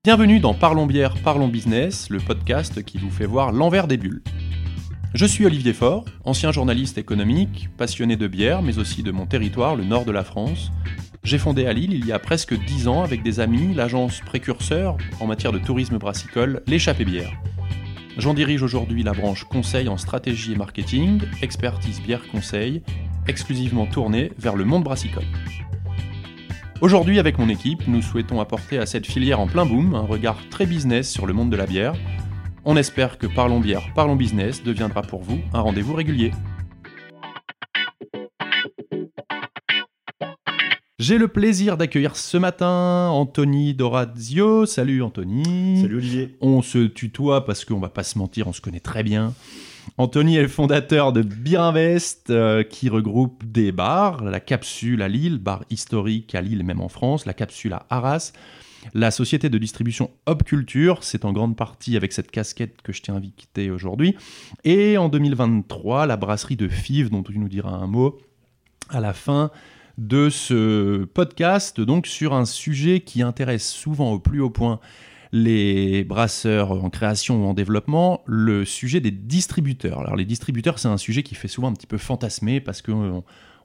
Bienvenue dans Parlons bière, parlons business, le podcast qui vous fait voir l'envers des bulles. Je suis Olivier Faure, ancien journaliste économique, passionné de bière, mais aussi de mon territoire, le nord de la France. J'ai fondé à Lille il y a presque 10 ans avec des amis l'agence précurseur en matière de tourisme brassicole, l'Échappée Bière. J'en dirige aujourd'hui la branche conseil en stratégie et marketing, expertise bière conseil, exclusivement tournée vers le monde brassicole. Aujourd'hui, avec mon équipe, nous souhaitons apporter à cette filière en plein boom un regard très business sur le monde de la bière. On espère que Parlons bière, parlons business deviendra pour vous un rendez-vous régulier. J'ai le plaisir d'accueillir ce matin Anthony D'Orazio. Salut Anthony. Salut Olivier. On se tutoie parce qu'on va pas se mentir, on se connaît très bien. Anthony est le fondateur de Beer Invest qui regroupe des bars, la Capsule à Lille, bar historique à Lille et même en France, la Capsule à Arras, la société de distribution Hop Culture, c'est en grande partie avec cette casquette que je t'ai invité aujourd'hui, et en 2023, la brasserie de Fives dont tu nous diras un mot à la fin de ce podcast, donc sur un sujet qui intéresse souvent au plus haut point les brasseurs en création ou en développement, le sujet des distributeurs. Alors les distributeurs, c'est un sujet qui fait souvent un petit peu fantasmer parce qu'on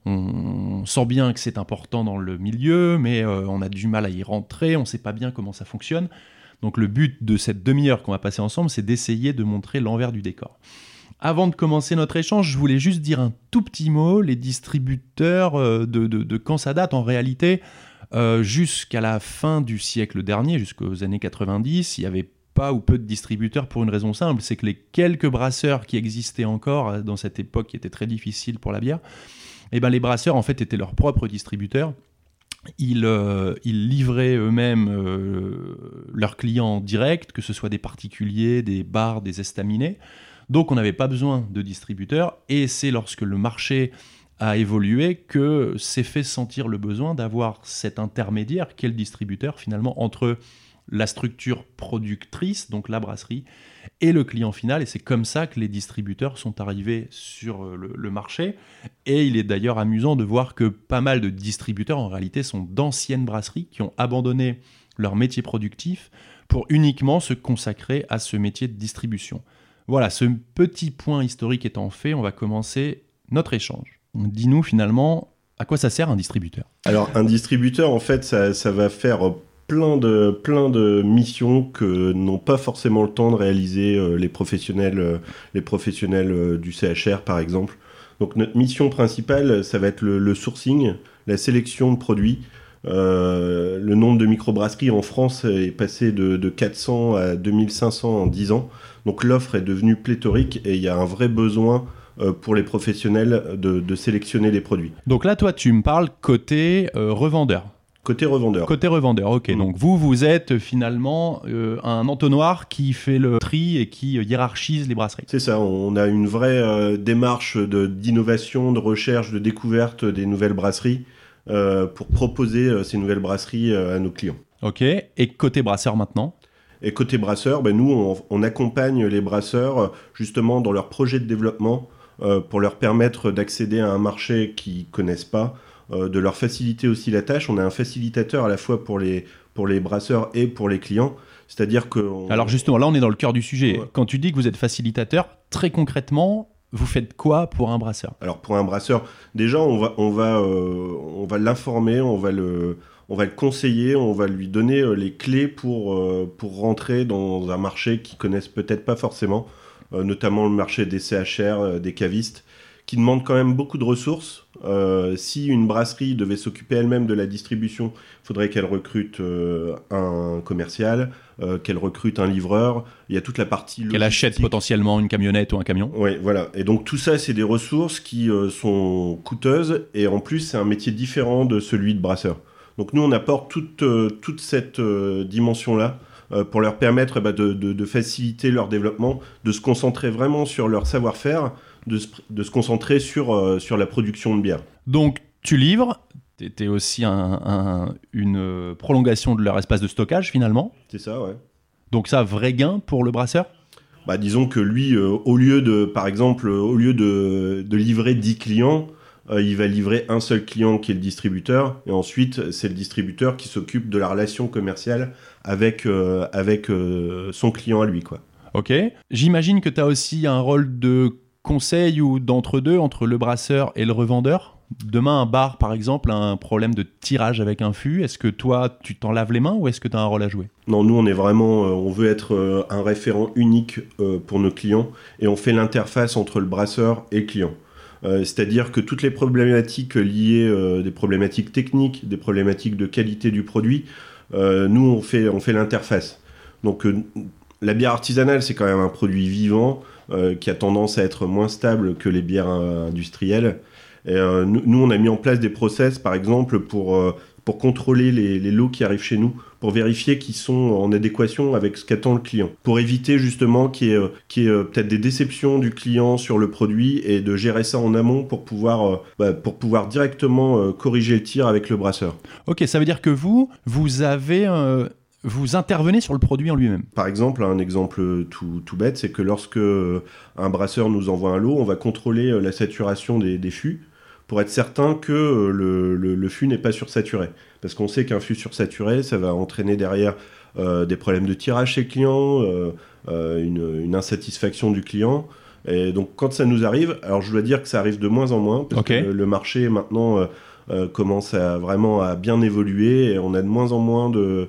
sent bien que c'est important dans le milieu, mais on a du mal à y rentrer, on ne sait pas bien comment ça fonctionne. Donc le but de cette demi-heure qu'on va passer ensemble, c'est d'essayer de montrer l'envers du décor. Avant de commencer notre échange, je voulais juste dire un tout petit mot. Les distributeurs, de quand ça date en réalité, jusqu'à la fin du siècle dernier, jusqu'aux années 90, il n'y avait pas ou peu de distributeurs pour une raison simple, c'est que les quelques brasseurs qui existaient encore dans cette époque qui était très difficile pour la bière, eh ben les brasseurs en fait étaient leurs propres distributeurs. Ils livraient eux-mêmes leurs clients en direct, que ce soit des particuliers, des bars, des estaminets. Donc on n'avait pas besoin de distributeurs, et c'est lorsque le marché a évolué que s'est fait sentir le besoin d'avoir cet intermédiaire qu'est le distributeur finalement entre la structure productrice, donc la brasserie, et le client final. Et c'est comme ça que les distributeurs sont arrivés sur le marché. Et il est d'ailleurs amusant de voir que pas mal de distributeurs en réalité sont d'anciennes brasseries qui ont abandonné leur métier productif pour uniquement se consacrer à ce métier de distribution. Voilà, ce petit point historique étant fait, on va commencer notre échange. Dis-nous finalement, à quoi ça sert un distributeur ? Alors un distributeur, en fait, ça va faire plein de missions que n'ont pas forcément le temps de réaliser les professionnels du CHR, par exemple. Donc notre mission principale, ça va être le sourcing, la sélection de produits. Le nombre de microbrasseries en France est passé de 400 à 2500 en 10 ans. Donc l'offre est devenue pléthorique et il y a un vrai besoin pour les professionnels de sélectionner des produits. Donc là, toi, tu me parles côté revendeur. Côté revendeur. Côté revendeur, ok. Donc vous êtes finalement un entonnoir qui fait le tri et qui hiérarchise les brasseries. C'est ça, on a une vraie démarche d'innovation, de recherche, de découverte des nouvelles brasseries pour proposer ces nouvelles brasseries à nos clients. Ok, et côté brasseur maintenant ? Et côté brasseur, nous, on accompagne les brasseurs justement dans leur projet de développement pour leur permettre d'accéder à un marché qu'ils ne connaissent pas, de leur faciliter aussi la tâche. On est un facilitateur à la fois pour les brasseurs et pour les clients. C'est-à-dire que... Alors justement, là, on est dans le cœur du sujet. Ouais. Quand tu dis que vous êtes facilitateur, très concrètement, vous faites quoi pour un brasseur ? Alors pour un brasseur, déjà, on va l'informer, on va le conseiller, on va lui donner les clés pour rentrer dans un marché qu'ils connaissent peut-être pas forcément, notamment le marché des CHR, des cavistes, qui demandent quand même beaucoup de ressources. Si une brasserie devait s'occuper elle-même de la distribution, il faudrait qu'elle recrute un commercial, qu'elle recrute un livreur. Il y a toute la partie logistique. Qu'elle achète potentiellement une camionnette ou un camion. Oui, voilà. Et donc tout ça, c'est des ressources qui sont coûteuses, et en plus, c'est un métier différent de celui de brasseur. Donc nous, on apporte toute cette dimension-là pour leur permettre de faciliter leur développement, de se concentrer vraiment sur leur savoir-faire, de se concentrer sur la production de bière. Donc tu livres, tu es aussi une prolongation de leur espace de stockage finalement. C'est ça, ouais. Donc ça, vrai gain pour le brasseur ? Disons que lui, au lieu de livrer 10 clients, il va livrer un seul client qui est le distributeur, et ensuite c'est le distributeur qui s'occupe de la relation commerciale avec son client à lui, quoi. Ok. J'imagine que tu as aussi un rôle de conseil ou d'entre-deux entre le brasseur et le revendeur. Demain, un bar, par exemple, a un problème de tirage avec un fût. Est-ce que toi, tu t'en laves les mains ou est-ce que tu as un rôle à jouer ? Non, nous, on est vraiment, on veut être un référent unique pour nos clients, et on fait l'interface entre le brasseur et le client. C'est-à-dire que toutes les problématiques liées, des problématiques techniques, des problématiques de qualité du produit, nous, on fait l'interface. Donc, la bière artisanale, c'est quand même un produit vivant qui a tendance à être moins stable que les bières industrielles. Et, nous, on a mis en place des process, par exemple, pour contrôler les lots qui arrivent chez nous, pour vérifier qu'ils sont en adéquation avec ce qu'attend le client, pour éviter justement qu'il y ait peut-être des déceptions du client sur le produit, et de gérer ça en amont pour pouvoir directement corriger le tir avec le brasseur. Ok, ça veut dire que vous intervenez sur le produit en lui-même. Par exemple, un exemple tout bête, c'est que lorsque un brasseur nous envoie un lot, on va contrôler la saturation des fûts pour être certain que le fût n'est pas sursaturé. Parce qu'on sait qu'un fût sursaturé, ça va entraîner derrière des problèmes de tirage chez le client, une insatisfaction du client. Et donc quand ça nous arrive, alors je dois dire que ça arrive de moins en moins, parce que le marché maintenant commence à bien évoluer, et on a de moins en moins de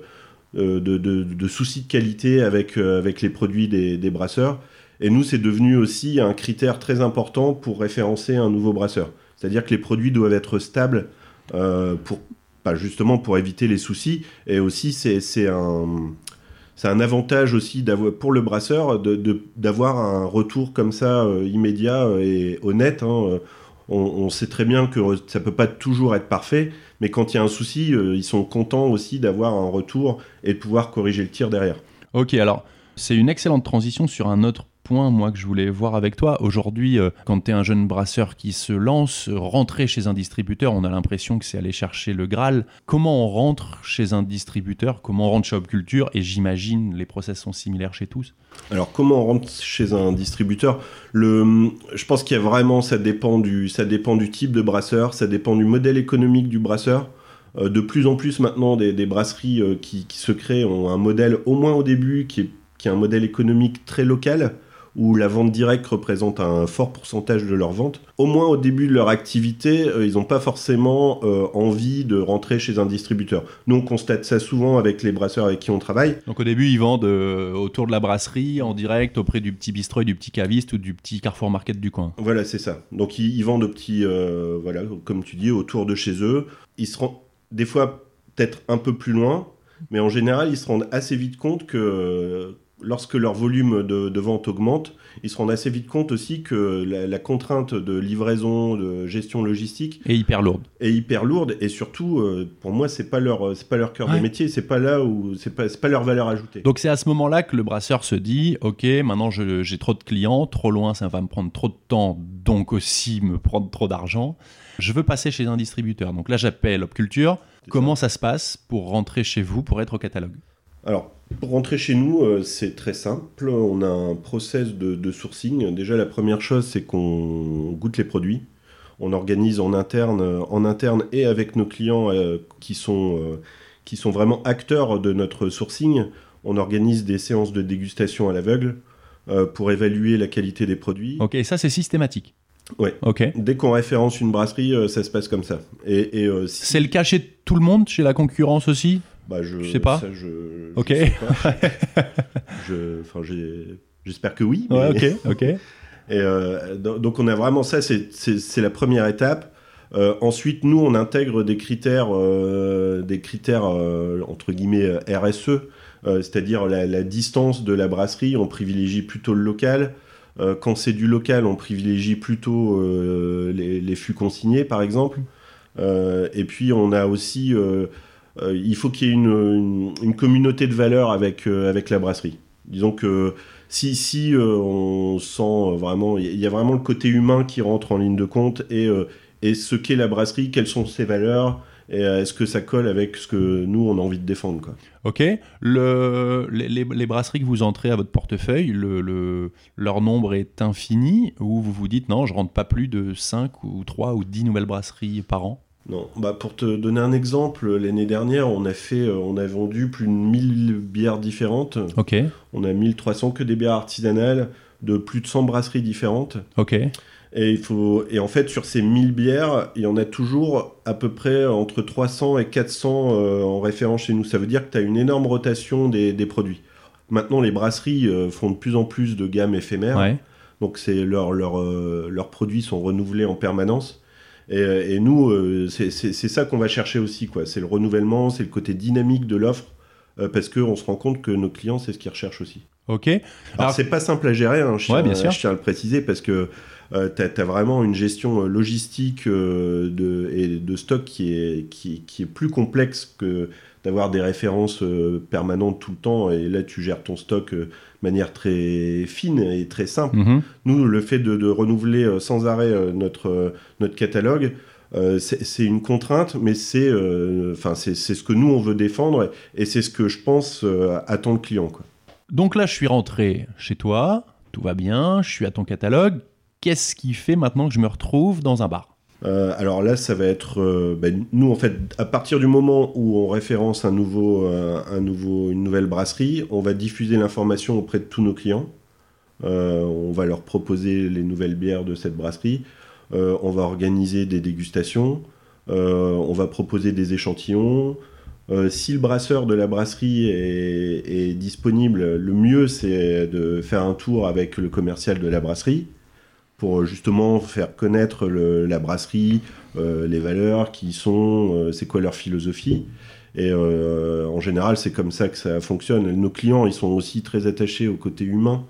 soucis de qualité avec les produits des brasseurs. Et nous, c'est devenu aussi un critère très important pour référencer un nouveau brasseur. C'est-à-dire que les produits doivent être stables justement pour éviter les soucis. Et aussi, c'est un avantage aussi pour le brasseur d'avoir un retour comme ça immédiat et honnête. On sait très bien que ça ne peut pas toujours être parfait, mais quand il y a un souci, ils sont contents aussi d'avoir un retour et de pouvoir corriger le tir derrière. Ok, alors c'est une excellente transition sur un autre point, moi, que je voulais voir avec toi. Aujourd'hui, quand tu es un jeune brasseur qui se lance, rentrer chez un distributeur, on a l'impression que c'est aller chercher le Graal. Comment on rentre chez un distributeur ? Comment on rentre chez Hopculture ? Et j'imagine les process sont similaires chez tous. Alors, comment on rentre chez un distributeur ? Je pense qu'il y a vraiment, ça dépend du type de brasseur, ça dépend du modèle économique du brasseur. De plus en plus maintenant, des brasseries qui se créent ont un modèle, au moins au début, qui est un modèle économique très local, où la vente directe représente un fort pourcentage de leur vente. Au moins au début de leur activité, ils n'ont pas forcément envie de rentrer chez un distributeur. Nous, on constate ça souvent avec les brasseurs avec qui on travaille. Donc au début, ils vendent autour de la brasserie, en direct, auprès du petit bistrot, du petit caviste ou du petit Carrefour Market du coin. Voilà, c'est ça. Donc ils vendent aux petits, comme tu dis, autour de chez eux. Ils se rendent des fois peut-être un peu plus loin, mais en général, ils se rendent assez vite compte que lorsque leur volume de vente augmente, ils se rendent assez vite compte aussi que la contrainte de livraison, de gestion logistique est hyper lourde. Et surtout, pour moi, c'est pas leur cœur de métier, c'est pas leur valeur ajoutée. Donc c'est à ce moment-là que le brasseur se dit, ok, maintenant j'ai trop de clients, trop loin, ça va me prendre trop de temps, donc aussi me prendre trop d'argent. Je veux passer chez un distributeur. Donc là, j'appelle Hopculture. Comment ça se passe pour rentrer chez vous, pour être au catalogue ? Alors, pour rentrer chez nous, c'est très simple. On a un process de sourcing. Déjà, la première chose, c'est qu'on goûte les produits. On organise en interne et avec nos clients qui sont vraiment acteurs de notre sourcing. On organise des séances de dégustation à l'aveugle pour évaluer la qualité des produits. Ok, et ça, c'est systématique. Ouais. Okay. Dès qu'on référence une brasserie, ça se passe comme ça. C'est le cas chez tout le monde, chez la concurrence aussi ? Je sais pas. Ça, je ok. sais pas. J'espère que oui. Mais... Ouais, ok. Et donc on a vraiment ça, c'est la première étape. Ensuite, nous, on intègre des critères entre guillemets RSE, c'est-à-dire la distance de la brasserie. On privilégie plutôt le local. Quand c'est du local, on privilégie plutôt les fûts consignés, par exemple. Et puis, on a aussi... il faut qu'il y ait une communauté de valeurs avec la brasserie. Disons que si on sent vraiment... Il y a vraiment le côté humain qui rentre en ligne de compte et ce qu'est la brasserie, quelles sont ses valeurs et est-ce que ça colle avec ce que nous on a envie de défendre, quoi. Ok. Les brasseries que vous entrez à votre portefeuille, leur nombre est infini, ou vous vous dites non, je rentre pas plus de 5 ou 3 ou 10 nouvelles brasseries par an? Non, pour te donner un exemple, l'année dernière, on a vendu plus de 1000 bières différentes. Ok. On a 1300 que des bières artisanales de plus de 100 brasseries différentes. Ok. Et en fait, sur ces 1000 bières, il y en a toujours à peu près entre 300 et 400 en référence chez nous. Ça veut dire que tu as une énorme rotation des produits. Maintenant, les brasseries font de plus en plus de gammes éphémères. Ouais. Donc, leurs produits sont renouvelés en permanence. Et nous, c'est ça qu'on va chercher aussi, quoi. C'est le renouvellement, c'est le côté dynamique de l'offre, parce qu'on se rend compte que nos clients, c'est ce qu'ils recherchent aussi. Ok. Alors, c'est pas simple à gérer, hein, je tiens à le préciser, parce que t'as vraiment une gestion logistique et de stock qui est plus complexe que d'avoir des références permanentes tout le temps, et là tu gères ton stock de manière très fine et très simple. Mm-hmm. Nous, le fait de renouveler sans arrêt notre catalogue, c'est une contrainte, mais c'est ce que nous on veut défendre, et c'est ce que je pense attend le client, quoi. Donc là, je suis rentré chez toi, tout va bien, je suis à ton catalogue. Qu'est-ce qui fait maintenant que je me retrouve dans un bar ? Alors là, ça va être... nous, en fait, à partir du moment où on référence une nouvelle brasserie, on va diffuser l'information auprès de tous nos clients. On va leur proposer les nouvelles bières de cette brasserie. On va organiser des dégustations. On va proposer des échantillons. Si le brasseur de la brasserie est disponible, le mieux, c'est de faire un tour avec le commercial de la brasserie, pour justement faire connaître la brasserie, les valeurs, qui sont, c'est quoi leur philosophie. Et en général, c'est comme ça que ça fonctionne. Nos clients, ils sont aussi très attachés au côté humain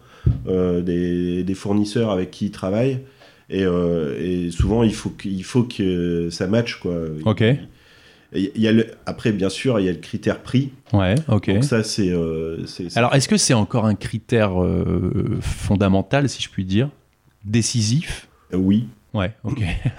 des fournisseurs avec qui ils travaillent. Et souvent, il faut que ça matche, quoi. Ok. Après, bien sûr, il y a le critère prix. Ouais, ok. Donc ça, c'est... Alors, est-ce que c'est encore un critère fondamental, si je puis dire, décisif ? Oui. Ouais, ok.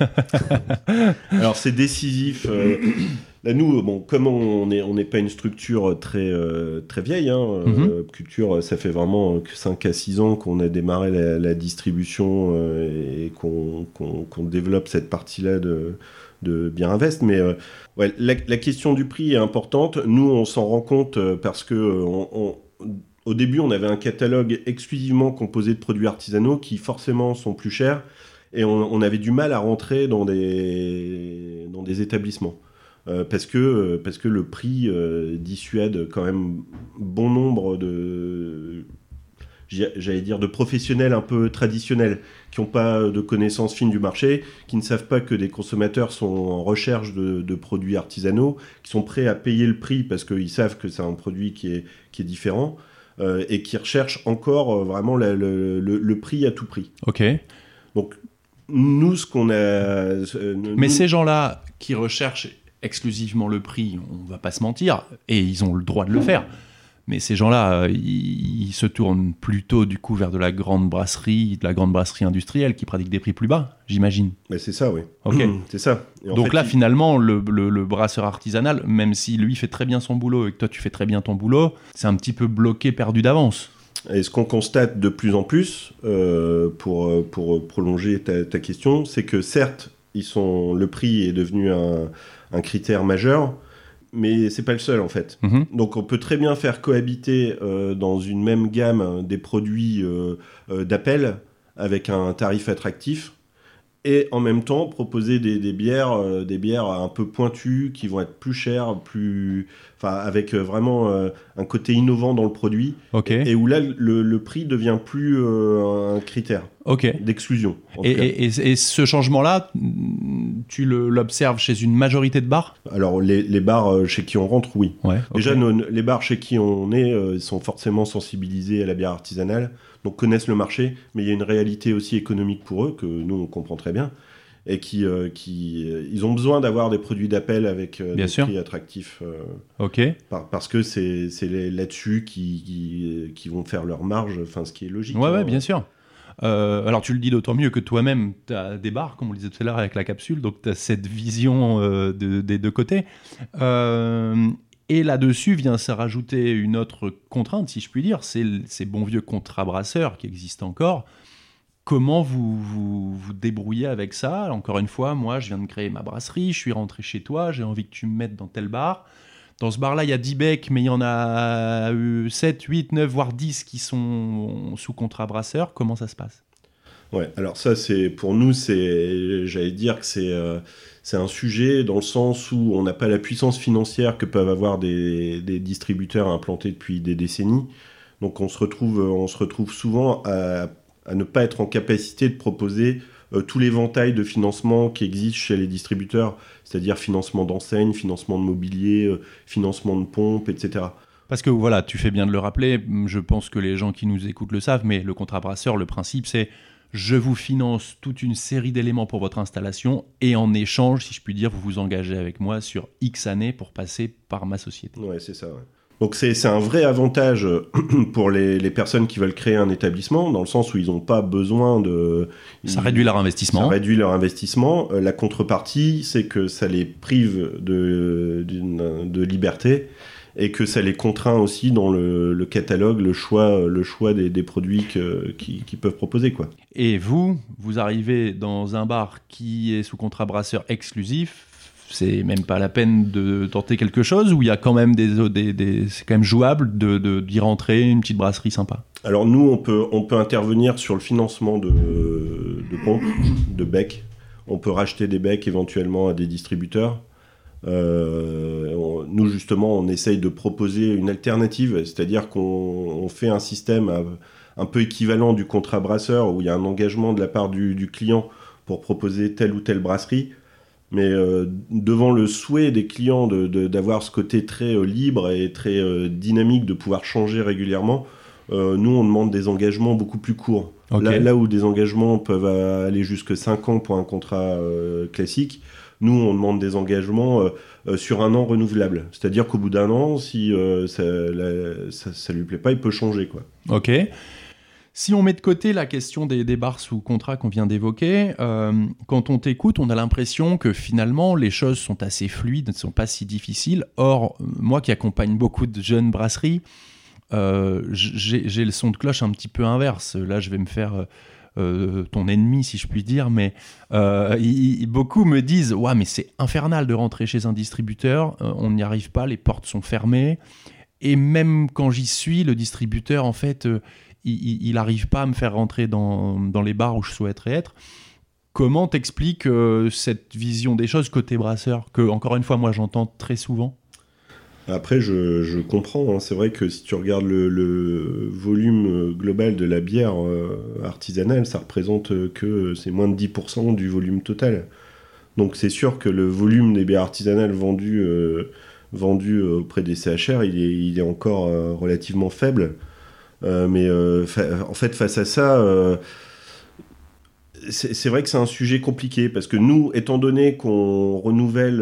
Alors, c'est décisif. Là, nous, comme on n'est pas une structure très vieille, hein, Culture, ça fait vraiment que 5 à 6 ans qu'on a démarré la distribution et qu'on développe cette partie-là de Bière Invest. Mais la question du prix est importante. Nous, on s'en rend compte parce que au début, on avait un catalogue exclusivement composé de produits artisanaux qui forcément sont plus chers, et on avait du mal à rentrer dans des établissements. Parce que le prix dissuade quand même bon nombre de professionnels un peu traditionnels, qui n'ont pas de connaissances fines du marché, qui ne savent pas que des consommateurs sont en recherche de produits artisanaux, qui sont prêts à payer le prix parce qu'ils savent que c'est un produit qui est différent, et qui recherchent encore vraiment le prix à tout prix. Ok. Donc, nous, ce qu'on a... Mais ces gens-là qui recherchent exclusivement le prix, on va pas se mentir, et ils ont le droit de le faire. Mais ces gens-là, ils se tournent plutôt du coup vers de la grande brasserie industrielle qui pratique des prix plus bas, j'imagine. Mais c'est ça, oui. Ok. C'est ça. Donc là, finalement, le brasseur artisanal, même si lui fait très bien son boulot et que toi tu fais très bien ton boulot, c'est un petit peu bloqué, perdu d'avance. Et ce qu'on constate de plus en plus, pour prolonger ta question, c'est que certes, le prix est devenu un critère majeur, mais c'est pas le seul en fait. Mm-hmm. Donc on peut très bien faire cohabiter dans une même gamme des produits d'appel avec un tarif attractif, et en même temps proposer des bières un peu pointues qui vont être plus chères, avec vraiment un côté innovant dans le produit, Okay. et où là le prix devient plus un critère d'exclusion. Et ce changement-là, tu l'observes chez une majorité de bars ? Alors les bars chez qui on rentre, oui. Ouais, Déjà, les bars chez qui on est sont forcément sensibilisés à la bière artisanale, donc connaissent le marché, mais il y a une réalité aussi économique pour eux, que nous on comprend très bien, et ils ont besoin d'avoir des produits d'appel avec des prix attractifs, parce que c'est là-dessus qui vont faire leur marge, ce qui est logique. Ouais, bien sûr. Alors tu le dis d'autant mieux que toi-même, tu as des bars, comme on le disait tout à l'heure avec la capsule, donc tu as cette vision des deux côtés. Et là-dessus vient se rajouter une autre contrainte, si je puis dire, c'est ces bons vieux contrats brasseurs qui existent encore. Comment vous débrouillez avec ça? Encore une fois, moi, je viens de créer ma brasserie, je suis rentré chez toi, j'ai envie que tu me mettes dans tel bar. Dans ce bar-là, il y a 10 becs, mais il y en a 7, 8, 9, voire 10 qui sont sous contrat brasseur. Comment ça se passe? Ouais, alors ça, pour nous, j'allais dire que c'est un sujet dans le sens où on n'a pas la puissance financière que peuvent avoir des distributeurs implantés depuis des décennies. Donc on se retrouve souvent à ne pas être en capacité de proposer tout l'éventail de financement qui existe chez les distributeurs, c'est-à-dire financement d'enseigne, financement de mobilier, financement de pompes, etc. Parce que voilà, tu fais bien de le rappeler, je pense que les gens qui nous écoutent le savent, mais le contrat brasseur, le principe, c'est je vous finance toute une série d'éléments pour votre installation et en échange, si je puis dire, vous vous engagez avec moi sur X années pour passer par ma société. Ouais, c'est ça, ouais. Donc c'est un vrai avantage pour les personnes qui veulent créer un étabbissement, dans le sens où ils n'ont pas besoin de... Ça réduit leur investissement. Ça réduit leur investissement. La contrepartie, c'est que ça les prive de liberté et que ça les contraint aussi dans le catalogue, le choix des produits qu'ils peuvent proposer, quoi. Et vous arrivez dans un bar qui est sous contrat brasseur exclusif, c'est même pas la peine de tenter quelque chose, ou il y a quand même c'est quand même jouable d'y rentrer, une petite brasserie sympa? Alors nous, on peut intervenir sur le financement de pompes, de becs. On peut racheter des becs éventuellement à des distributeurs. Nous, justement, on essaye de proposer une alternative, c'est-à-dire qu'on fait un système un peu équivalent du contrat brasseur, où il y a un engagement de la part du client pour proposer telle ou telle brasserie. Mais devant le souhait des clients d'avoir ce côté très libre et très dynamique, de pouvoir changer régulièrement, nous, on demande des engagements beaucoup plus courts. Okay. Là où des engagements peuvent aller jusque 5 ans pour un contrat classique, nous, on demande des engagements sur 1 an renouvelable. C'est-à-dire qu'au bout d'1 an, si ça lui plaît pas, il peut changer, quoi. Ok. Si on met de côté la question des bars sous contrat qu'on vient d'évoquer, quand on t'écoute, on a l'impression que finalement les choses sont assez fluides, ne sont pas si difficiles. Or, moi qui accompagne beaucoup de jeunes brasseries, j'ai le son de cloche un petit peu inverse. Là, je vais me faire ton ennemi, si je puis dire, mais beaucoup me disent « Ouais, mais c'est infernal de rentrer chez un distributeur, on n'y arrive pas, les portes sont fermées. » Et même quand j'y suis, le distributeur, en fait... il n'arrive pas à me faire rentrer dans les bars où je souhaiterais être. Comment t'expliques cette vision des choses côté brasseur, que, encore une fois, moi, j'entends très souvent? Après, je comprends. Hein. C'est vrai que si tu regardes le volume global de la bière artisanale, ça représente que c'est moins de 10% du volume total. Donc c'est sûr que le volume des bières artisanales vendues auprès des CHR, il est encore relativement faible. Mais en fait, face à ça, c'est vrai que c'est un sujet compliqué parce que nous, étant donné qu'on renouvelle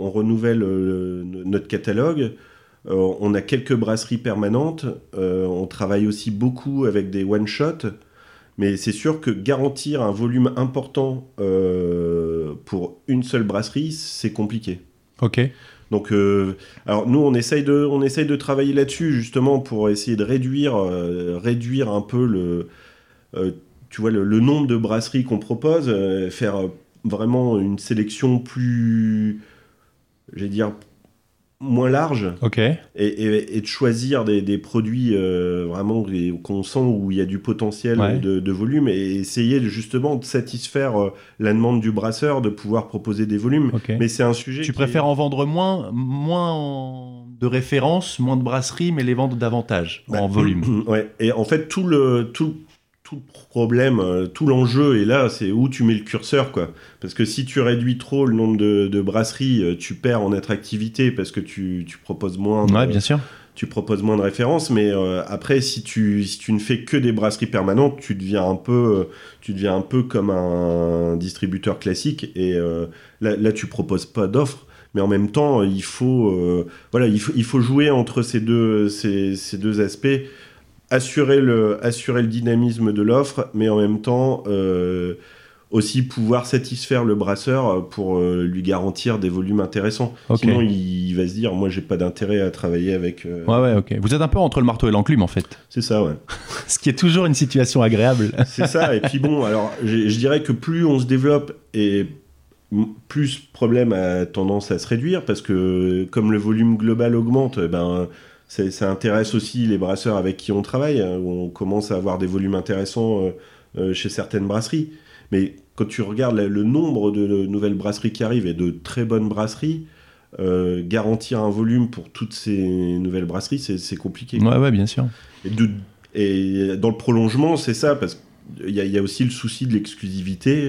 notre catalogue, on a quelques brasseries permanentes, on travaille aussi beaucoup avec des one-shots, mais c'est sûr que garantir un volume important pour une seule brasserie, c'est compliqué. Ok. Donc, alors nous, on essaye de travailler là-dessus justement pour essayer de réduire un peu tu vois, le nombre de brasseries qu'on propose, faire vraiment une sélection plus, j'allais dire, moins large. Ok. Et de choisir des produits vraiment qu'on sent où il y a du potentiel de volume et essayer justement de satisfaire la demande du brasseur de pouvoir proposer des volumes. Okay. Mais c'est un sujet. Tu préfères en vendre moins de références, moins de brasseries, mais les vendre davantage en volume. Ouais. Et en fait, tout le problème, tout l'enjeu est là, c'est où tu mets le curseur, quoi. Parce que si tu réduis trop le nombre de brasseries, tu perds en attractivité parce que tu proposes moins. Bien sûr. Tu proposes moins de références, mais après, si tu ne fais que des brasseries permanentes, tu deviens un peu comme un distributeur classique. Et là, tu proposes pas d'offres. Mais en même temps, il faut jouer entre ces deux aspects assurer le dynamisme de l'offre, mais en même temps aussi pouvoir satisfaire le brasseur pour lui garantir des volumes intéressants. Okay. Sinon, il va se dire, moi, j'ai pas d'intérêt à travailler avec... Ouais, ok. Vous êtes un peu entre le marteau et l'enclume, en fait. C'est ça, ouais. Ce qui est toujours une situation agréable. C'est ça, et puis bon, alors, je dirais que plus on se développe et plus ce problème a tendance à se réduire, parce que comme le volume global augmente, ça intéresse aussi les brasseurs avec qui on travaille, hein, où on commence à avoir des volumes intéressants chez certaines brasseries. Mais quand tu regardes le nombre de nouvelles brasseries qui arrivent, et de très bonnes brasseries, garantir un volume pour toutes ces nouvelles brasseries, c'est compliqué. Ouais, bien sûr. Et dans le prolongement, c'est ça, parce qu'il y a aussi le souci de l'exclusivité,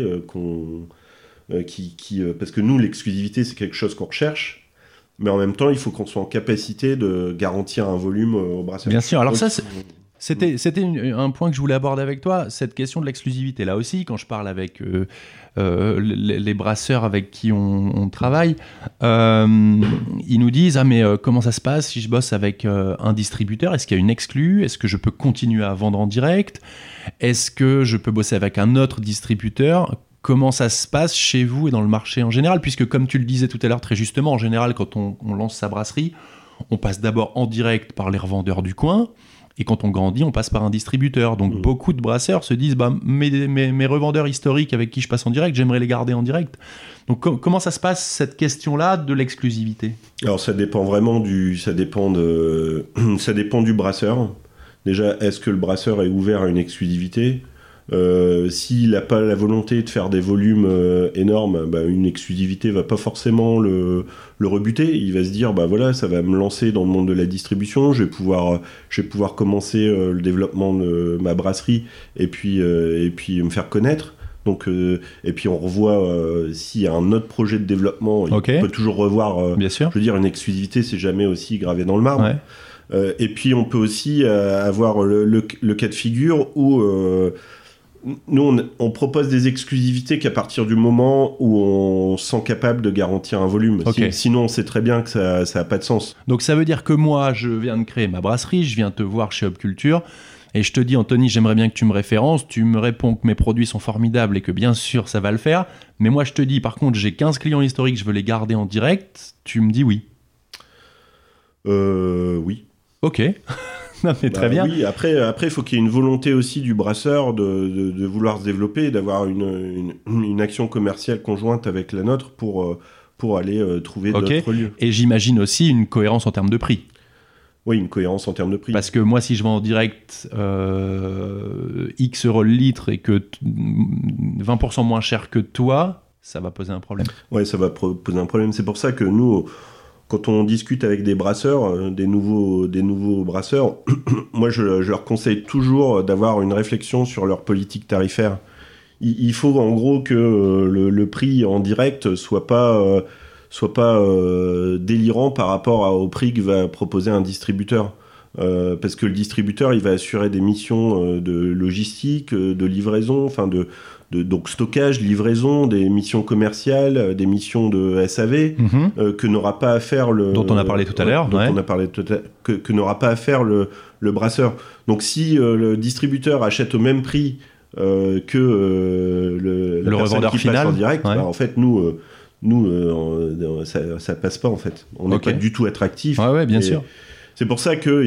parce que nous, l'exclusivité, c'est quelque chose qu'on recherche, mais en même temps, il faut qu'on soit en capacité de garantir un volume aux brasseurs. Bien sûr, alors c'était un point que je voulais aborder avec toi, cette question de l'exclusivité. Là aussi, quand je parle avec les brasseurs avec qui on travaille, ils nous disent « Ah, mais comment ça se passe si je bosse avec un distributeur ? Est-ce qu'il y a une exclue ? Est-ce que je peux continuer à vendre en direct ? Est-ce que je peux bosser avec un autre distributeur ? Comment ça se passe chez vous et dans le marché en général ? Puisque, comme tu le disais tout à l'heure très justement, en général, quand on lance sa brasserie, on passe d'abord en direct par les revendeurs du coin. Et quand on grandit, on passe par un distributeur. Donc, beaucoup de brasseurs se disent mes revendeurs historiques avec qui je passe en direct, j'aimerais les garder en direct. Donc, comment ça se passe, cette question-là de l'exclusivité ? Alors, ça dépend vraiment ça dépend du brasseur. Déjà, est-ce que le brasseur est ouvert à une exclusivité ? S'il n'a pas la volonté de faire des volumes énormes, une exclusivité va pas forcément le rebuter. Il va se dire voilà, ça va me lancer dans le monde de la distribution, je vais pouvoir commencer le développement de ma brasserie et puis me faire connaître. Donc, et puis on revoit s'il y a un autre projet de développement, on peut toujours revoir. Bien sûr. Je veux dire, une exclusivité, c'est jamais aussi gravé dans le marbre. Ouais. Et puis on peut aussi avoir le cas de figure où nous, on propose des exclusivités qu'à partir du moment où on se sent capable de garantir un volume. Okay. Sinon, on sait très bien que ça n'a pas de sens. Donc, ça veut dire que moi, je viens de créer ma brasserie, je viens te voir chez Hop Culture, et je te dis, Anthony, j'aimerais bien que tu me références, tu me réponds que mes produits sont formidables et que bien sûr, ça va le faire. Mais moi, je te dis, par contre, j'ai 15 clients historiques, je veux les garder en direct. Tu me dis oui. Oui. Ok. Non, mais très bien. Oui, après, il faut qu'il y ait une volonté aussi du brasseur de vouloir se développer, d'avoir une action commerciale conjointe avec la nôtre pour aller trouver d'autres lieux. Et j'imagine aussi une cohérence en termes de prix. Oui, une cohérence en termes de prix. Parce que moi, si je vends en direct X euros le litre et que 20% moins cher que toi, ça va poser un problème. Oui, ça va poser un problème. C'est pour ça que nous... Quand on discute avec des brasseurs, des nouveaux brasseurs, moi je leur conseille toujours d'avoir une réflexion sur leur politique tarifaire. Il faut en gros que le prix en direct soit pas délirant par rapport au prix que va proposer un distributeur. Parce que le distributeur, il va assurer des missions de logistique, de livraison, donc stockage, livraison, des missions commerciales, des missions de SAV, que n'aura pas à faire dont on a parlé tout à l'heure, que n'aura pas à faire le brasseur. Donc si le distributeur achète au même prix que le revendeur qui final, passe en direct, en fait nous ça passe pas en fait. On n'est pas du tout attractif. Ouais, bien sûr. C'est pour ça que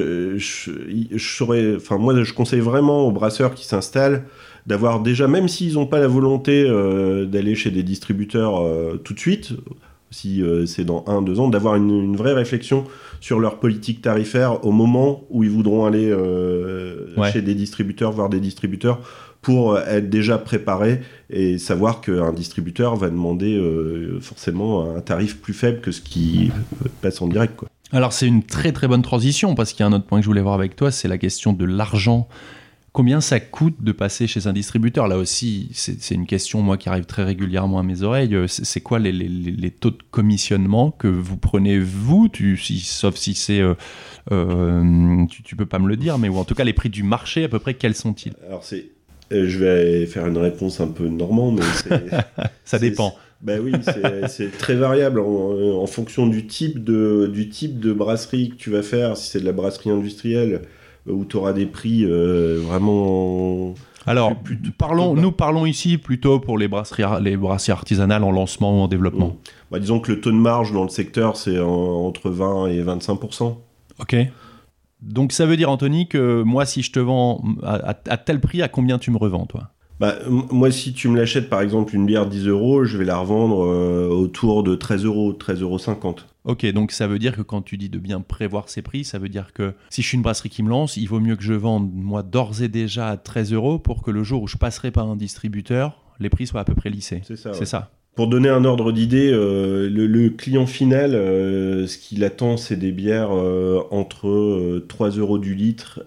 moi je conseille vraiment aux brasseurs qui s'installent d'avoir déjà, même s'ils n'ont pas la volonté d'aller chez des distributeurs tout de suite, si c'est dans 1-2 ans, d'avoir une vraie réflexion sur leur politique tarifaire au moment où ils voudront aller chez des distributeurs, voir des distributeurs, pour être déjà préparés et savoir qu'un distributeur va demander forcément un tarif plus faible que ce qui passe en direct, quoi. Alors c'est une très très bonne transition, parce qu'il y a un autre point que je voulais voir avec toi, c'est la question de l'argent. Combien ça coûte de passer chez un distributeur ? Là aussi, c'est une question, moi, qui arrive très régulièrement à mes oreilles. C'est quoi les taux de commissionnement que vous prenez, vous, sauf si c'est... tu peux pas me le dire, mais ou en tout cas, les prix du marché, à peu près, quels sont-ils ? Alors, je vais faire une réponse un peu normande, mais ça dépend. Oui, c'est très variable en fonction du type de brasserie que tu vas faire. Si c'est de la brasserie industrielle, où tu auras des prix vraiment... Alors, nous parlons ici plutôt pour les brasseries artisanales en lancement ou en développement. Bah, disons que le taux de marge dans le secteur, c'est entre 20 et 25%. Ok. Donc ça veut dire, Anthony, que moi, si je te vends à tel prix, à combien tu me revends, toi ? Bah, moi, si tu me l'achètes, par exemple, une bière 10 €, je vais la revendre autour de 13 €, 13,50 €. Ok, donc ça veut dire que quand tu dis de bien prévoir ses prix, ça veut dire que si je suis une brasserie qui me lance, il vaut mieux que je vende, moi, d'ores et déjà à 13 € pour que le jour où je passerai par un distributeur, les prix soient à peu près lissés. C'est ça. C'est ça. Pour donner un ordre d'idée, le client final, ce qu'il attend, c'est des bières entre 3 € du litre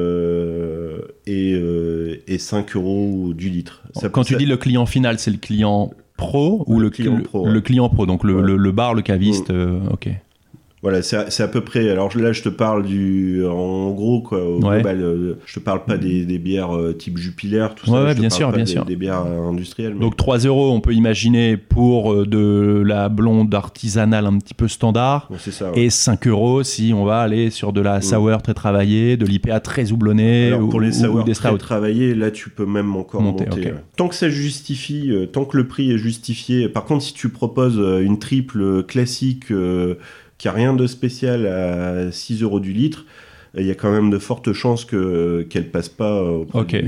et 5 € du litre. Quand tu dis le client final, c'est le client pro ou le client pro, le client pro, donc le bar, le caviste, ok. Voilà, c'est à peu près. Alors là, je te parle en gros, quoi, au global. Je te parle pas des bières type Jupiler, tout ça. Ouais, bien sûr. Des bières industrielles. Mais... Donc 3 €, on peut imaginer pour de la blonde artisanale un petit peu standard. Ouais, c'est ça. Et 5 € si on va aller sur de la sour très travaillée, de l'IPA très houblonnée. Alors pour les sour des très travaillées, là, tu peux même encore monter. Okay. Tant que ça justifie, tant que le prix est justifié. Par contre, si tu proposes une triple classique qui a rien de spécial à 6 € du litre, il y a quand même de fortes chances qu'elle passe pas auprès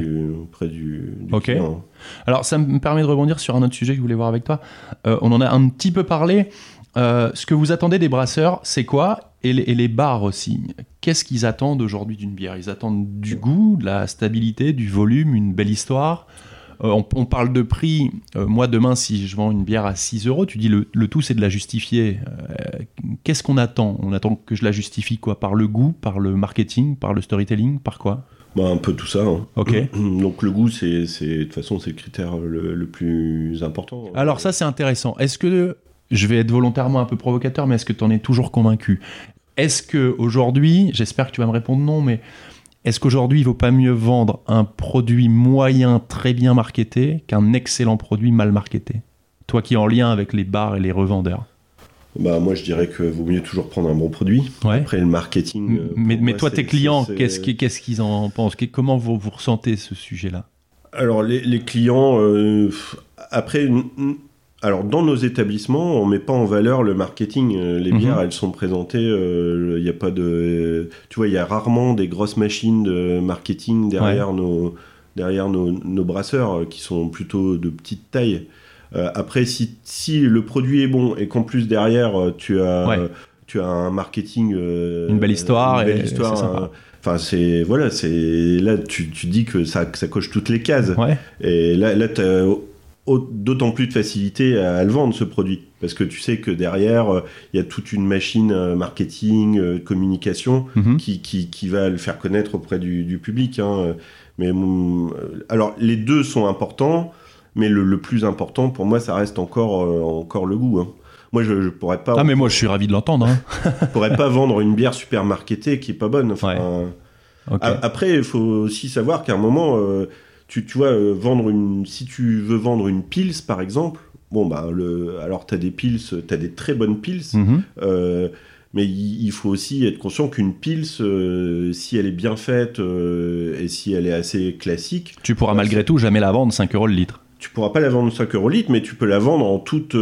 du client. Alors, ça me permet de rebondir sur un autre sujet que je voulais voir avec toi. On en a un petit peu parlé. Ce que vous attendez des brasseurs, c'est quoi ? Et les bars aussi. Qu'est-ce qu'ils attendent aujourd'hui d'une bière ? Ils attendent du goût, de la stabilité, du volume, une belle histoire. On parle de prix. Moi, demain, si je vends une bière à 6 €, tu dis le tout, c'est de la justifier. Qu'est-ce qu'on attend ? On attend que je la justifie quoi ? Par le goût, par le marketing, par le storytelling, par quoi ? Bah, un peu tout ça. Hein. Ok. Donc le goût, de toute façon, c'est le critère le plus important. Alors ça, c'est intéressant. Est-ce que, je vais être volontairement un peu provocateur, mais est-ce que tu en es toujours convaincu ? Est-ce qu'aujourd'hui, j'espère que tu vas me répondre non, mais... Est-ce qu'aujourd'hui, il ne vaut pas mieux vendre un produit moyen très bien marketé qu'un excellent produit mal marketé ? Toi qui es en lien avec les bars et les revendeurs. Bah, moi, je dirais qu'il vaut mieux toujours prendre un bon produit. Ouais. Après, le marketing... Mais toi, tes clients, qu'est-ce qu'ils en pensent ? Comment vous ressentez ce sujet-là ? Alors, les clients... après... Alors, dans nos établissements, on ne met pas en valeur le marketing. Les bières, elles sont présentées, il n'y a pas de... Tu vois, il y a rarement des grosses machines de marketing derrière nos brasseurs, qui sont plutôt de petite taille. Après, si le produit est bon et qu'en plus, derrière, tu as un marketing... une belle histoire. C'est sympa. Enfin, là, tu dis que ça coche toutes les cases. Ouais. Et là tu as... d'autant plus de facilité à le vendre, ce produit, parce que tu sais que derrière il y a toute une machine marketing, communication qui va le faire connaître auprès du public, hein. Mais alors les deux sont importants, mais le plus important pour moi, ça reste encore le goût, hein. Moi je pourrais pas... mais moi je suis ravi de l'entendre, hein. Je pourrais pas vendre une bière super marketée qui est pas bonne, enfin, okay. Après il faut aussi savoir qu'à un moment tu vois, si tu veux vendre une Pils, par exemple, bon, bah, alors tu as des Pils, tu as des très bonnes Pils, mais il faut aussi être conscient qu'une Pils, si elle est bien faite et si elle est assez classique... Tu pourras malgré tout jamais la vendre 5 € le litre. Tu pourras pas la vendre 5 € le litre, mais tu peux la vendre en toute...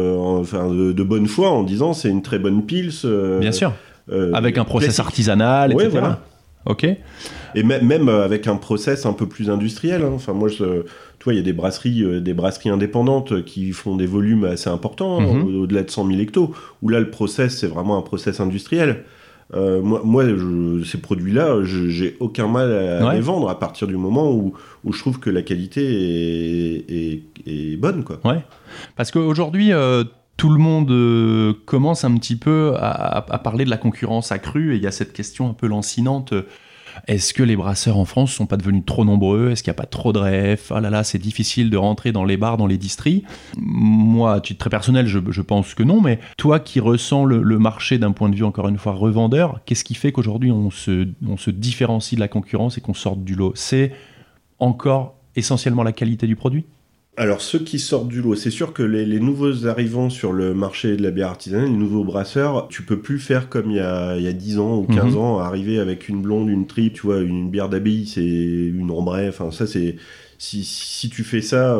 de bonne foi, en disant c'est une très bonne Pils. Bien sûr, avec un process artisanal, etc. Voilà. Ok. Et même avec un process un peu plus industriel, hein. Enfin, moi, tu vois, il y a des brasseries indépendantes qui font des volumes assez importants, au-delà de 100 000 hectos, où là, le process, c'est vraiment un process industriel. Moi, ces produits-là, j'ai aucun mal à les vendre à partir du moment où je trouve que la qualité est bonne, quoi. Ouais. Parce qu'aujourd'hui... tout le monde commence un petit peu à parler de la concurrence accrue, et il y a cette question un peu lancinante. Est-ce que les brasseurs en France ne sont pas devenus trop nombreux ? Est-ce qu'il n'y a pas trop de ref ? Ah là là, c'est difficile de rentrer dans les bars, dans les distries. Moi, à titre très personnel, je pense que non, mais toi qui ressens le marché d'un point de vue, encore une fois, revendeur, qu'est-ce qui fait qu'aujourd'hui on se différencie de la concurrence et qu'on sorte du lot ? C'est encore essentiellement la qualité du produit ? Alors, ceux qui sortent du lot, c'est sûr que les nouveaux arrivants sur le marché de la bière artisanale, les nouveaux brasseurs, tu peux plus faire comme il y a 10 ans ou 15 ans, arriver avec une blonde, une triple, tu vois, une bière d'abbaye, c'est une ambrée, enfin ça c'est... Si tu fais ça,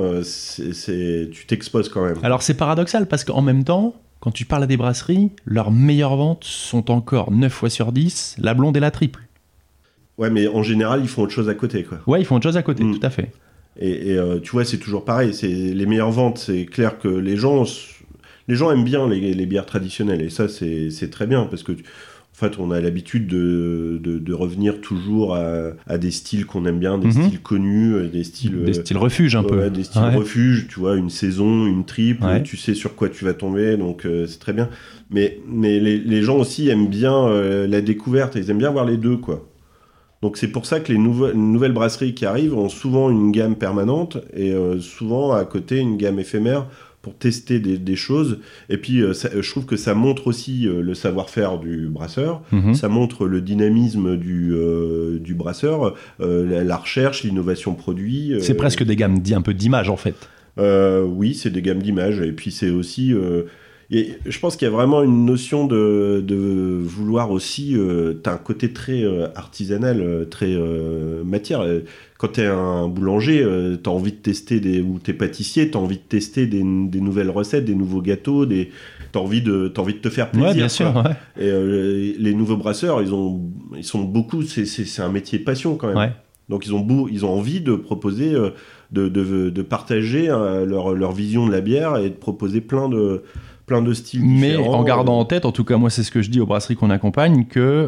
tu t'exposes quand même. Alors c'est paradoxal parce qu'en même temps, quand tu parles à des brasseries, leurs meilleures ventes sont encore 9 fois sur 10 la blonde et la triple. Ouais, mais en général, ils font autre chose à côté, quoi. Ouais, ils font autre chose à côté, tout à fait. Et tu vois, c'est toujours pareil. C'est les meilleures ventes. C'est clair que les gens aiment bien les bières traditionnelles. Et ça, c'est très bien parce que, en fait, on a l'habitude de revenir toujours à des styles qu'on aime bien, des styles connus, des styles refuges un peu. Ouais, des styles refuges. Tu vois, une saison, une triple, tu sais sur quoi tu vas tomber, donc c'est très bien. Mais les gens aussi aiment bien la découverte. Ils aiment bien voir les deux, quoi. Donc c'est pour ça que les nouvelles brasseries qui arrivent ont souvent une gamme permanente et souvent à côté une gamme éphémère pour tester des choses. Et puis je trouve que ça montre aussi le savoir-faire du brasseur, ça montre le dynamisme du brasseur, la recherche, l'innovation produit. C'est presque des gammes un peu d'image en fait. Oui, c'est des gammes d'images. Et puis c'est aussi... Et je pense qu'il y a vraiment une notion de vouloir aussi... t'as un côté très artisanal, très matière. Quand t'es un boulanger, t'as envie de tester ou t'es pâtissier, t'as envie de tester des nouvelles recettes, des nouveaux gâteaux, t'as envie de te faire plaisir. Ouais, bien sûr. Ouais. Et les nouveaux brasseurs, ils sont beaucoup... C'est un métier passion quand même. Ouais. Donc ils ont envie de proposer... de partager leur vision de la bière et de proposer plein de styles différents. Mais en gardant en tête, en tout cas moi c'est ce que je dis aux brasseries qu'on accompagne, que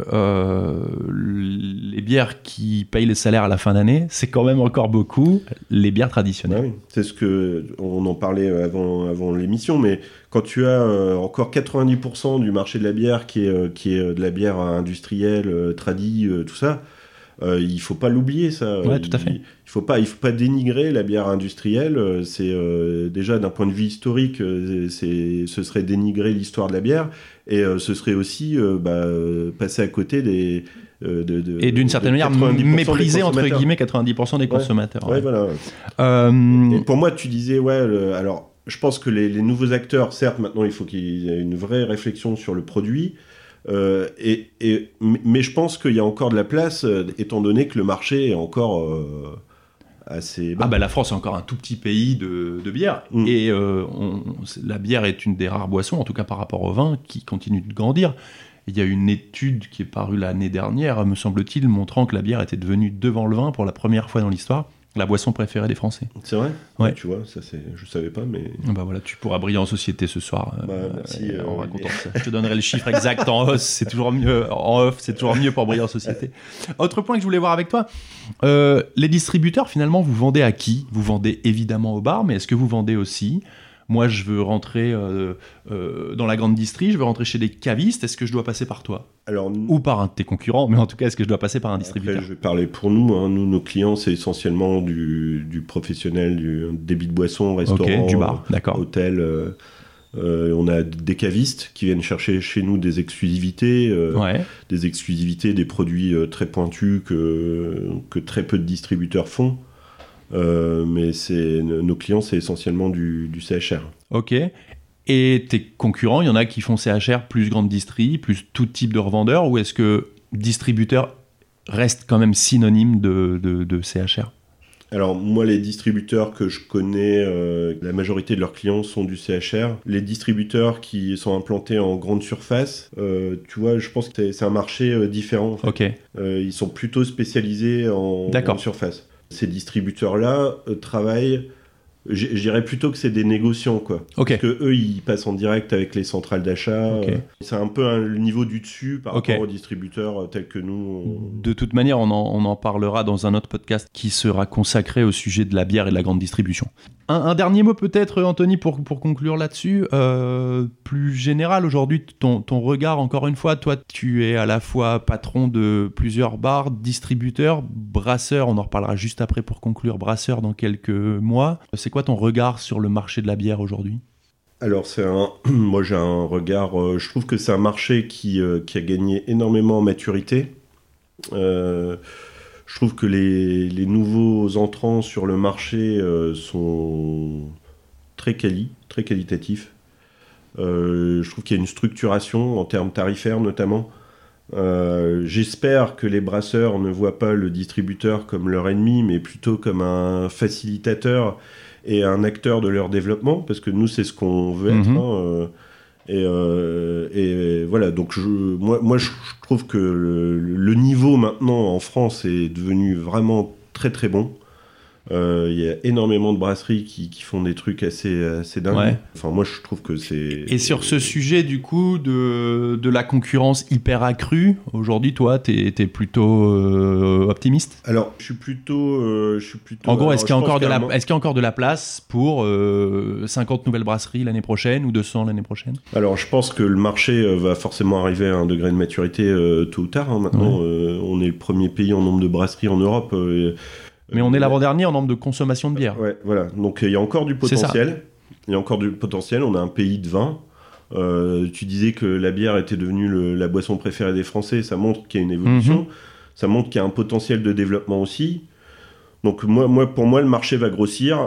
les bières qui payent les salaires à la fin d'année, c'est quand même encore beaucoup les bières traditionnelles. Ah oui. C'est ce que on en parlait avant l'émission, mais quand tu as encore 90% du marché de la bière qui est de la bière industrielle, tradie, tout ça, il faut pas l'oublier, ça. Ouais, tout à fait. Il faut pas dénigrer la bière industrielle. C'est déjà d'un point de vue historique, ce serait dénigrer l'histoire de la bière, et ce serait aussi passer à côté des et d'une certaine manière mépriser entre guillemets 90% des consommateurs. Ouais, voilà. Et pour moi, tu disais alors je pense que les nouveaux acteurs, certes, maintenant il faut qu'il y ait une vraie réflexion sur le produit. Mais je pense qu'il y a encore de la place, étant donné que le marché est encore assez bas. La France est encore un tout petit pays de bière, et la bière est une des rares boissons, en tout cas par rapport au vin, qui continue de grandir. Il y a une étude qui est parue l'année dernière, me semble-t-il, montrant que la bière était devenue devant le vin pour la première fois dans l'histoire la boisson préférée des Français. C'est vrai ? Ouais. Tu vois, ça je savais pas, mais... Voilà, tu pourras briller en société ce soir merci, en racontant ça. Je te donnerai le chiffre exact en hausse, c'est toujours mieux en off, c'est toujours mieux pour briller en société. Autre point que je voulais voir avec toi, les distributeurs, finalement, vous vendez à qui ? Vous vendez évidemment au bar, mais est-ce que vous vendez aussi ? Moi, je veux rentrer dans la grande distri, je veux rentrer chez des cavistes. Est-ce que je dois passer par toi ? Ou par un de tes concurrents, mais en tout cas, est-ce que je dois passer par un distributeur ? Après, je vais parler pour nous. Hein. Nous, nos clients, c'est essentiellement du professionnel, du débit de boissons, restaurant, du bar, d'accord. Hôtel. On a des cavistes qui viennent chercher chez nous des exclusivités, des produits très pointus que très peu de distributeurs font. Mais nos clients, c'est essentiellement du CHR. Ok. Et tes concurrents, il y en a qui font CHR plus grande distri, plus tout type de revendeur, ou est-ce que distributeur reste quand même synonyme de CHR ? Alors moi, les distributeurs que je connais, la majorité de leurs clients sont du CHR. Les distributeurs qui sont implantés en grande surface, tu vois, je pense que c'est un marché différent. En fait. Ok. Ils sont plutôt spécialisés en surface. Ces distributeurs-là travaillent, je dirais plutôt que c'est des négociants, quoi. Okay. Parce que eux, ils passent en direct avec les centrales d'achat. Okay. C'est un peu le niveau du dessus par rapport aux distributeurs tels que nous. De toute manière, on en parlera dans un autre podcast qui sera consacré au sujet de la bière et de la grande distribution. Un dernier mot peut-être, Anthony, pour conclure là-dessus. Plus général, aujourd'hui, ton regard, encore une fois, toi, tu es à la fois patron de plusieurs bars, distributeur, brasseur, on en reparlera juste après pour conclure, brasseur dans quelques mois. C'est quoi ton regard sur le marché de la bière aujourd'hui ? Alors, moi j'ai un regard, je trouve que c'est un marché qui a gagné énormément en maturité. Je trouve que les nouveaux entrants sur le marché sont très qualitatifs. Je trouve qu'il y a une structuration en termes tarifaires notamment. J'espère que les brasseurs ne voient pas le distributeur comme leur ennemi, mais plutôt comme un facilitateur et un acteur de leur développement, parce que nous, c'est ce qu'on veut être. Et voilà, donc moi, je trouve que le niveau maintenant en France est devenu vraiment très très bon. Il y a énormément de brasseries qui font des trucs assez dingues. Ouais. Enfin, moi, je trouve que c'est... Et sur ce sujet, du coup, de la concurrence hyper accrue, aujourd'hui, toi, t'es plutôt optimiste ? Alors, je suis plutôt... En gros, est-ce qu'il y a pense encore de la place pour 50 nouvelles brasseries l'année prochaine ou 200 l'année prochaine ? Alors, je pense que le marché va forcément arriver à un degré de maturité tôt ou tard. Maintenant, on est le premier pays en nombre de brasseries en Europe. Mais on est l'avant-dernier en nombre de consommation de bière. Ouais, voilà. Donc, il y a encore du potentiel. Il y a encore du potentiel. On a un pays de vin. Tu disais que la bière était devenue la boisson préférée des Français. Ça montre qu'il y a une évolution. Ça montre qu'il y a un potentiel de développement aussi. Donc, pour moi, le marché va grossir.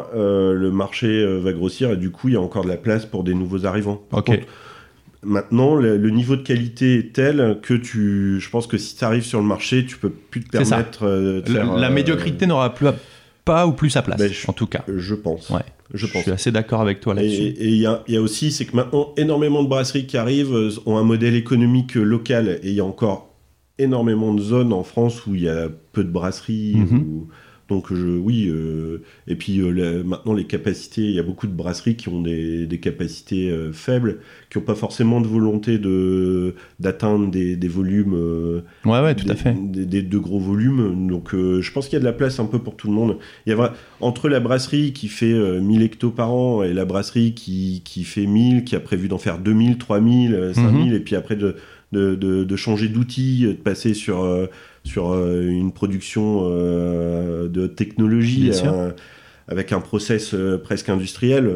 Et du coup, il y a encore de la place pour des nouveaux arrivants. Par contre, maintenant, le niveau de qualité est tel que je pense que si tu arrives sur le marché, tu peux plus te permettre de faire... La médiocrité n'aura pas ou plus sa place, en tout cas. Je pense. Ouais. Je suis assez d'accord avec toi là-dessus. Et il y a aussi, c'est que maintenant, énormément de brasseries qui arrivent ont un modèle économique local. Et il y a encore énormément de zones en France où il y a peu de brasseries. Donc, et puis maintenant, les capacités, il y a beaucoup de brasseries qui ont des capacités faibles, qui n'ont pas forcément de volonté d'atteindre des volumes. Tout à fait. De gros volumes. Donc, je pense qu'il y a de la place un peu pour tout le monde. Entre la brasserie qui fait 1000 hectos par an et la brasserie qui fait 1000, qui a prévu d'en faire 2000, 3000, 5000, et puis après de changer d'outil, de passer sur une production de technologie avec un process presque industriel.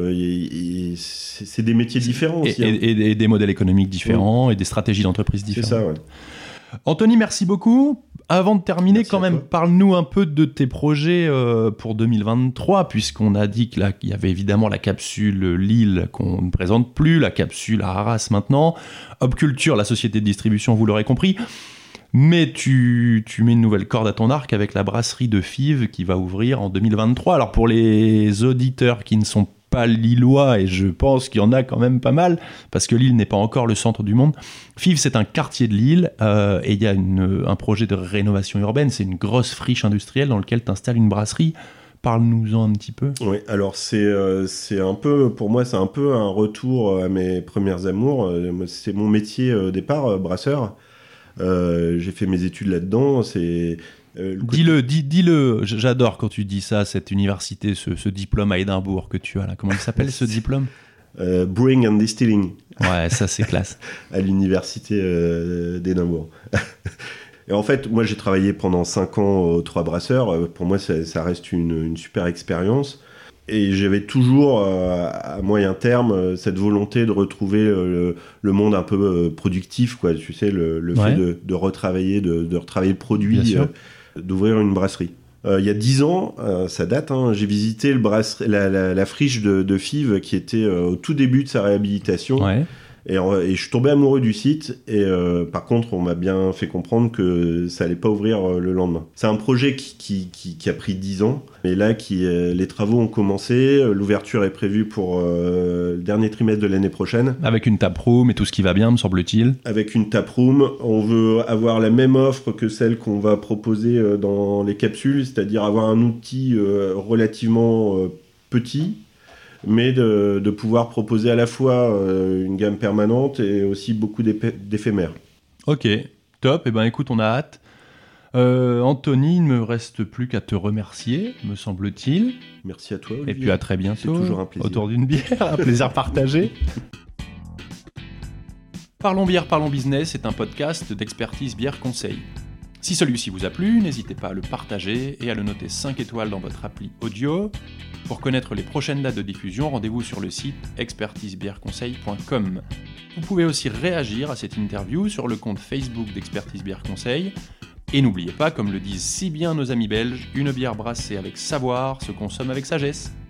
C'est des métiers différents aussi. Et des modèles économiques différents et des stratégies d'entreprise différentes. C'est ça, ouais. Anthony, merci beaucoup. Avant de terminer, Merci quand même, parle-nous un peu de tes projets pour 2023, puisqu'on a dit qu'il y avait évidemment la capsule Lille qu'on ne présente plus, la capsule à Arras maintenant, Hopculture, la société de distribution, vous l'aurez compris. Mais tu mets une nouvelle corde à ton arc avec la brasserie de Fives qui va ouvrir en 2023. Alors pour les auditeurs qui ne sont pas lillois, et je pense qu'il y en a quand même pas mal, parce que Lille n'est pas encore le centre du monde. Fives, c'est un quartier de Lille, et il y a un projet de rénovation urbaine. C'est une grosse friche industrielle dans laquelle tu installes une brasserie. Parle-nous-en un petit peu. Oui, alors c'est un peu, pour moi, c'est un peu un retour à mes premières amours. C'est mon métier au départ, brasseur. J'ai fait mes études là-dedans. Dis-le, j'adore quand tu dis ça, cette université, ce diplôme à Édimbourg que tu as là. Comment il s'appelle ce diplôme ? Brewing and Distilling. Ouais, ça c'est classe. À l'université d'Édimbourg. Et en fait, moi j'ai travaillé pendant 5 ans aux 3 brasseurs. Pour moi, ça reste une super expérience. Et j'avais toujours, à moyen terme, cette volonté de retrouver le monde un peu productif, quoi. Tu sais, le fait de retravailler, de retravailler le produit, d'ouvrir une brasserie. Il y a 10 ans, ça date, j'ai visité la friche de Fives qui était au tout début de sa réhabilitation. Ouais. Et je suis tombé amoureux du site. Et par contre, on m'a bien fait comprendre que ça allait pas ouvrir le lendemain. C'est un projet qui a pris 10 ans. Mais là, les travaux ont commencé. L'ouverture est prévue pour le dernier trimestre de l'année prochaine. Avec une taproom et tout ce qui va bien, me semble-t-il. Avec une taproom. On veut avoir la même offre que celle qu'on va proposer dans les capsules. C'est-à-dire avoir un outil relativement petit, mais de pouvoir proposer à la fois une gamme permanente et aussi beaucoup d'éphémères. Ok, top. Eh ben, écoute, on a hâte. Anthony, il ne me reste plus qu'à te remercier, me semble-t-il. Merci à toi, Olivier. Et puis à très bientôt. C'est toujours un plaisir. Autour d'une bière, un plaisir partagé. Parlons bière, parlons business est un podcast d'Expertise Bière Conseil. Si celui-ci vous a plu, n'hésitez pas à le partager et à le noter 5 étoiles dans votre appli audio. Pour connaître les prochaines dates de diffusion, rendez-vous sur le site expertisebièreconseil.com. Vous pouvez aussi réagir à cette interview sur le compte Facebook d'Expertise Bière Conseil. Et n'oubliez pas, comme le disent si bien nos amis belges, une bière brassée avec savoir se consomme avec sagesse.